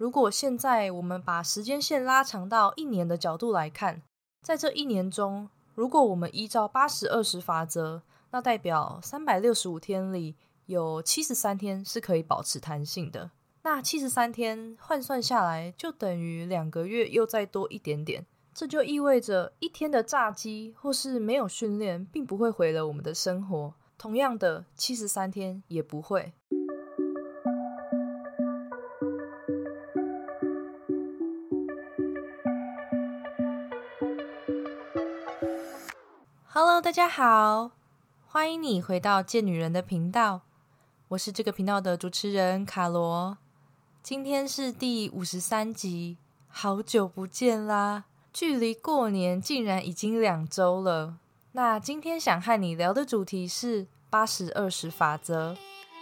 如果现在我们把时间线拉长到1年的角度来看，在这1年中，如果我们依照80-20法则，那代表365天里有73天是可以保持弹性的。那73天换算下来就等于2个月又再多一点点，这就意味着1天的炸鸡或是没有训练并不会毁了我们的生活，同样的73天也不会。Hello， 大家好，欢迎你回到贱女人的频道，我是这个频道的主持人卡罗。今天是第53集，好久不见啦，距离过年竟然已经2周了。那今天想和你聊的主题是80-20法则。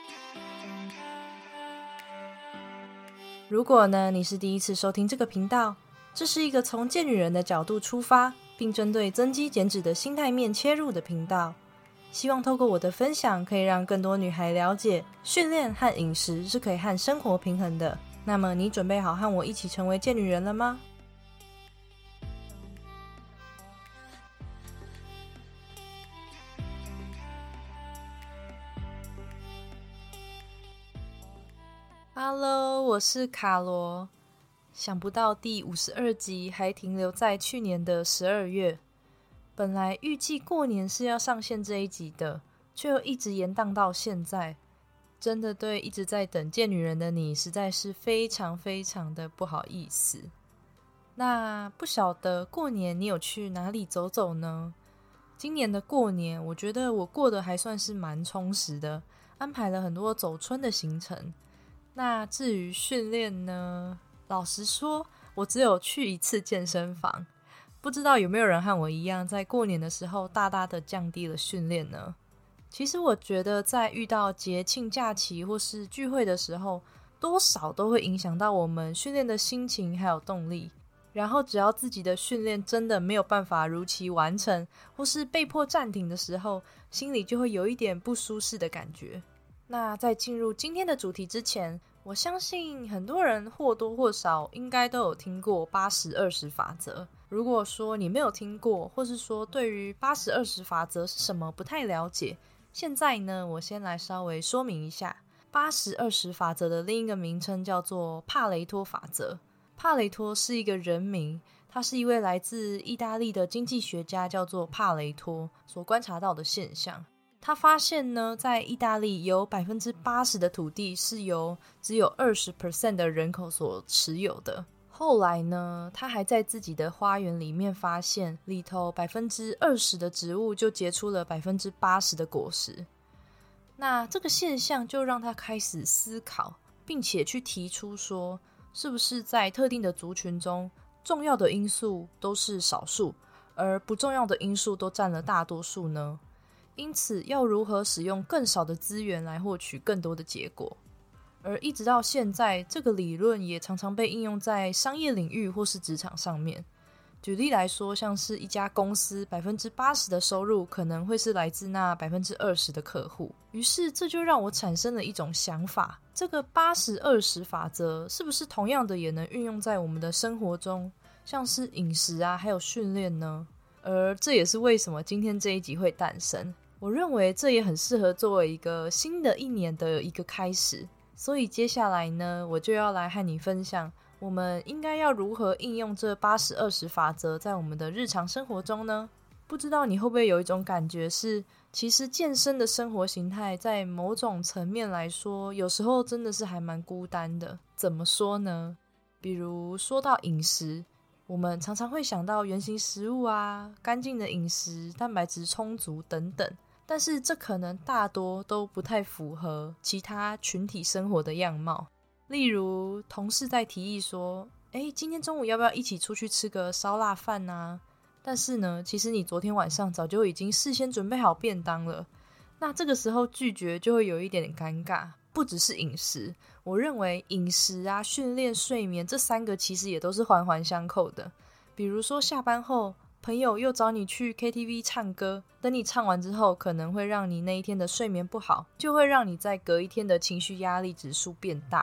如果呢你是第一次收听这个频道，这是一个从贱女人的角度出发，并针对增肌减脂的心态面切入的频道，希望透过我的分享可以让更多女孩了解训练和饮食是可以和生活平衡的。那么你准备好和我一起成为贱女人了吗？Hello， 我是卡罗。想不到第52集还停留在去年的12月，本来预计过年是要上线这一集的，却又一直延宕到现在。真的对一直在等贱女人的你实在是非常非常的不好意思。那不晓得过年你有去哪里走走呢？今年的过年我觉得我过得还算是蛮充实的，安排了很多走春的行程。那至于训练呢，老实说我只有去1次健身房，不知道有没有人和我一样在过年的时候大大的降低了训练呢？其实我觉得在遇到节庆假期或是聚会的时候，多少都会影响到我们训练的心情还有动力。然后只要自己的训练真的没有办法如期完成，或是被迫暂停的时候，心里就会有一点不舒适的感觉。那在进入今天的主题之前，我相信很多人或多或少应该都有听过80-20法则。如果说你没有听过，或是说对于80-20法则是什么不太了解，现在呢，我先来稍微说明一下。80-20法则的另一个名称叫做帕雷托法则。帕雷托是一个人名，他是一位来自意大利的经济学家，叫做帕雷托所观察到的现象。他发现呢，在意大利有 80% 的土地是由只有 20% 的人口所持有的。后来呢，他还在自己的花园里面发现，里头 20% 的植物就结出了 80% 的果实。那这个现象就让他开始思考，并且去提出说，是不是在特定的族群中，重要的因素都是少数，而不重要的因素都占了大多数呢？因此要如何使用更少的资源来获取更多的结果。而一直到现在，这个理论也常常被应用在商业领域或是职场上面。举例来说，像是一家公司 80% 的收入可能会是来自那 20% 的客户。于是这就让我产生了一种想法，这个80-20法则是不是同样的也能运用在我们的生活中，像是饮食啊还有训练呢？而这也是为什么今天这一集会诞生。我认为这也很适合作为一个新的一年的一个开始。所以接下来呢，我就要来和你分享，我们应该要如何应用这80-20法则在我们的日常生活中呢？不知道你会不会有一种感觉是，其实健身的生活形态在某种层面来说，有时候真的是还蛮孤单的。怎么说呢？比如说到饮食，我们常常会想到原型食物啊、干净的饮食、蛋白质充足等等。但是这可能大多都不太符合其他群体生活的样貌。例如同事在提议说，今天中午要不要一起出去吃个烧腊饭啊？但是呢，其实你昨天晚上早就已经事先准备好便当了。那这个时候拒绝就会有一点尴尬。不只是饮食，我认为饮食啊、训练、睡眠这3个其实也都是环环相扣的。比如说下班后朋友又找你去 KTV 唱歌，等你唱完之后可能会让你那一天的睡眠不好，就会让你在隔一天的情绪压力指数变大。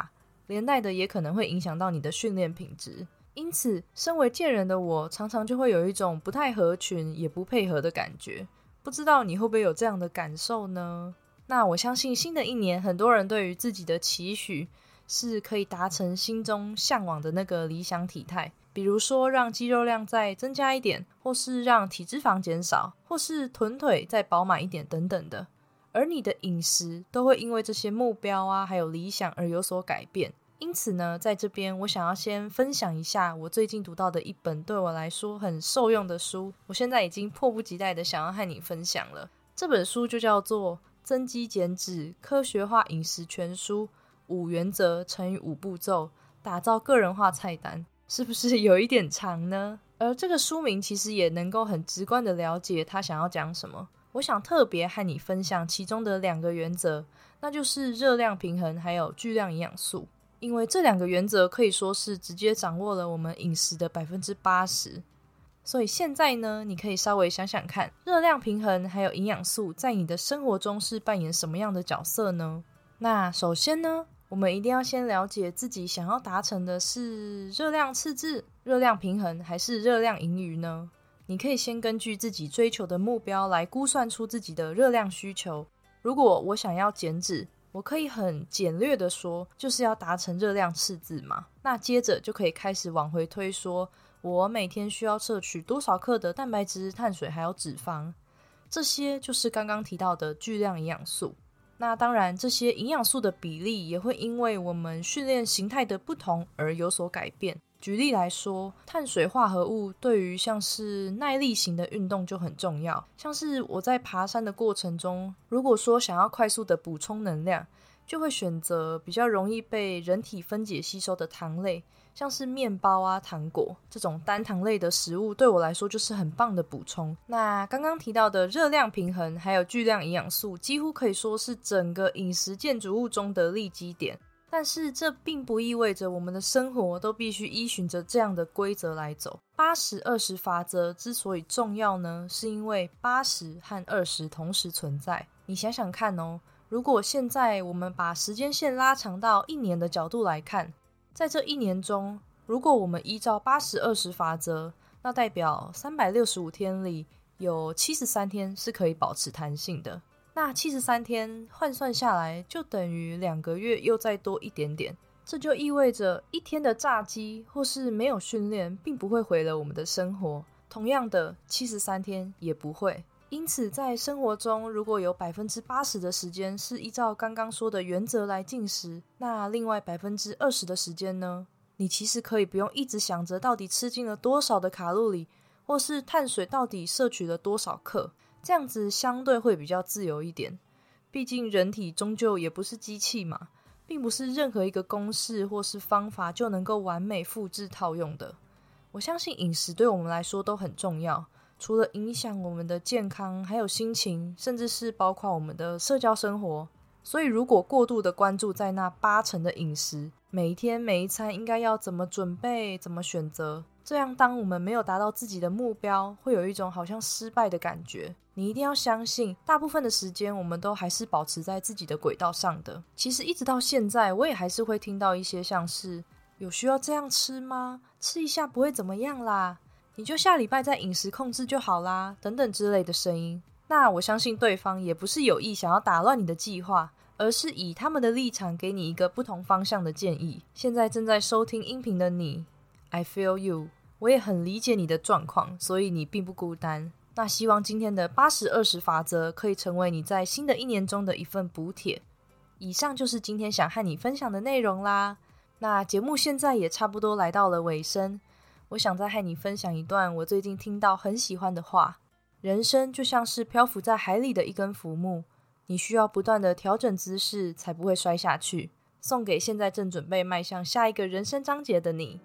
连带的也可能会影响到你的训练品质。因此身为健人的我常常就会有一种不太合群也不配合的感觉，不知道你会不会有这样的感受呢？那我相信新的一年很多人对于自己的期许是可以达成心中向往的那个理想体态，比如说让肌肉量再增加一点，或是让体脂肪减少，或是臀腿再饱满一点等等的。而你的饮食都会因为这些目标啊还有理想而有所改变。因此呢，在这边我想要先分享一下我最近读到的一本对我来说很受用的书，我现在已经迫不及待的想要和你分享了。这本书就叫做《增肌减脂科学化饮食全书5原则乘以5步骤，打造个人化菜单》，是不是有一点长呢？而这个书名其实也能够很直观的了解他想要讲什么。我想特别和你分享其中的2个原则，那就是热量平衡还有巨量营养素。因为这2个原则可以说是直接掌握了我们饮食的 80%。 所以现在呢，你可以稍微想想看，热量平衡还有营养素在你的生活中是扮演什么样的角色呢？那首先呢，我们一定要先了解自己想要达成的是热量赤字、热量平衡还是热量盈余呢？你可以先根据自己追求的目标来估算出自己的热量需求。如果我想要减脂，我可以很简略的说，就是要达成热量赤字嘛。那接着就可以开始往回推，说我每天需要摄取多少克的蛋白质、碳水还有脂肪，这些就是刚刚提到的巨量营养素。那当然这些营养素的比例也会因为我们训练形态的不同而有所改变。举例来说，碳水化合物对于像是耐力型的运动就很重要，像是我在爬山的过程中，如果说想要快速的补充能量，就会选择比较容易被人体分解吸收的糖类，像是面包啊、糖果这种单糖类的食物，对我来说就是很棒的补充。那刚刚提到的热量平衡还有巨量营养素，几乎可以说是整个饮食建筑物中的立基点。但是这并不意味着我们的生活都必须依循着这样的规则来走。80-20法则之所以重要呢，是因为80和20同时存在。你想想看哦，如果现在我们把时间线拉长到1年的角度来看，在这1年中，如果我们依照80-20法则，那代表365天里有73天是可以保持弹性的。那73天换算下来就等于2个月又再多一点点，这就意味着1天的炸鸡或是没有训练并不会毁了我们的生活，同样的73天也不会。因此在生活中，如果有 80% 的时间是依照刚刚说的原则来进食，那另外 20% 的时间呢，你其实可以不用一直想着到底吃进了多少的卡路里，或是碳水到底摄取了多少克，这样子相对会比较自由一点。毕竟人体终究也不是机器嘛，并不是任何一个公式或是方法就能够完美复制套用的。我相信饮食对我们来说都很重要，除了影响我们的健康，还有心情，甚至是包括我们的社交生活。所以如果过度的关注在那80%的饮食，每一天每一餐应该要怎么准备，怎么选择，这样当我们没有达到自己的目标，会有一种好像失败的感觉。你一定要相信，大部分的时间我们都还是保持在自己的轨道上的。其实一直到现在，我也还是会听到一些像是有需要这样吃吗？吃一下不会怎么样啦，你就下礼拜再饮食控制就好啦，等等之类的声音。那我相信对方也不是有意想要打乱你的计划，而是以他们的立场给你一个不同方向的建议。现在正在收听音频的你， I feel you， 我也很理解你的状况，所以你并不孤单。那希望今天的80-20法则可以成为你在新的1年中的一份补帖。以上就是今天想和你分享的内容啦。那节目现在也差不多来到了尾声，我想再和你分享一段我最近听到很喜欢的话。人生就像是漂浮在海里的一根浮木，你需要不断的调整姿势才不会摔下去。送给现在正准备迈向下一个人生章节的你。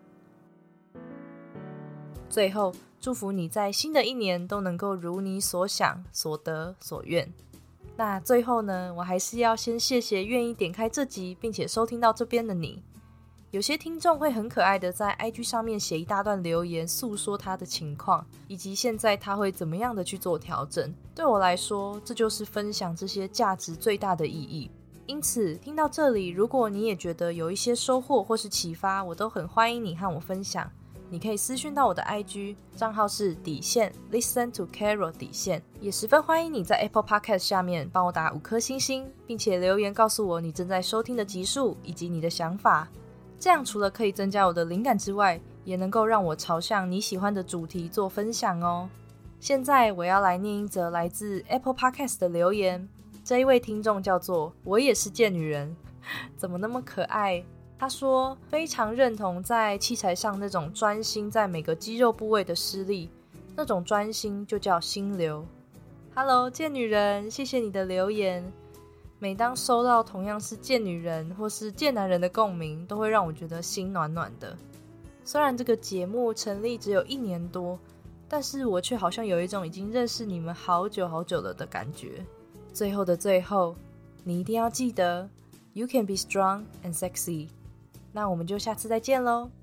最后祝福你在新的1年都能够如你所想、所得、所愿。那最后呢，我还是要先谢谢愿意点开这集并且收听到这边的你。有些听众会很可爱的在 IG 上面写一大段留言，诉说他的情况，以及现在他会怎么样的去做调整。对我来说，这就是分享这些价值最大的意义。 因此听到这里，如果你也觉得有一些收获或是启发，我都很欢迎你和我分享。你可以私讯到我的 IG 账号是_listen to Carol 也十分欢迎你在 Apple Podcast 下面帮我打5颗星星，并且留言告诉我你正在收听的集数以及你的想法。这样除了可以增加我的灵感之外，也能够让我朝向你喜欢的主题做分享哦。现在我要来念一则来自 Apple Podcast 的留言，这一位听众叫做我也是贱女人，怎么那么可爱？他说非常认同在器材上那种专心在每个肌肉部位的施力，那种专心就叫心流。Hello 贱女人，谢谢你的留言。每当收到同样是贱女人或是贱男人的共鸣，都会让我觉得心暖暖的。虽然这个节目成立只有1年多，但是我却好像有一种已经认识你们好久好久了的感觉。最后的最后，你一定要记得 You can be strong and sexy。那我们就下次再见咯。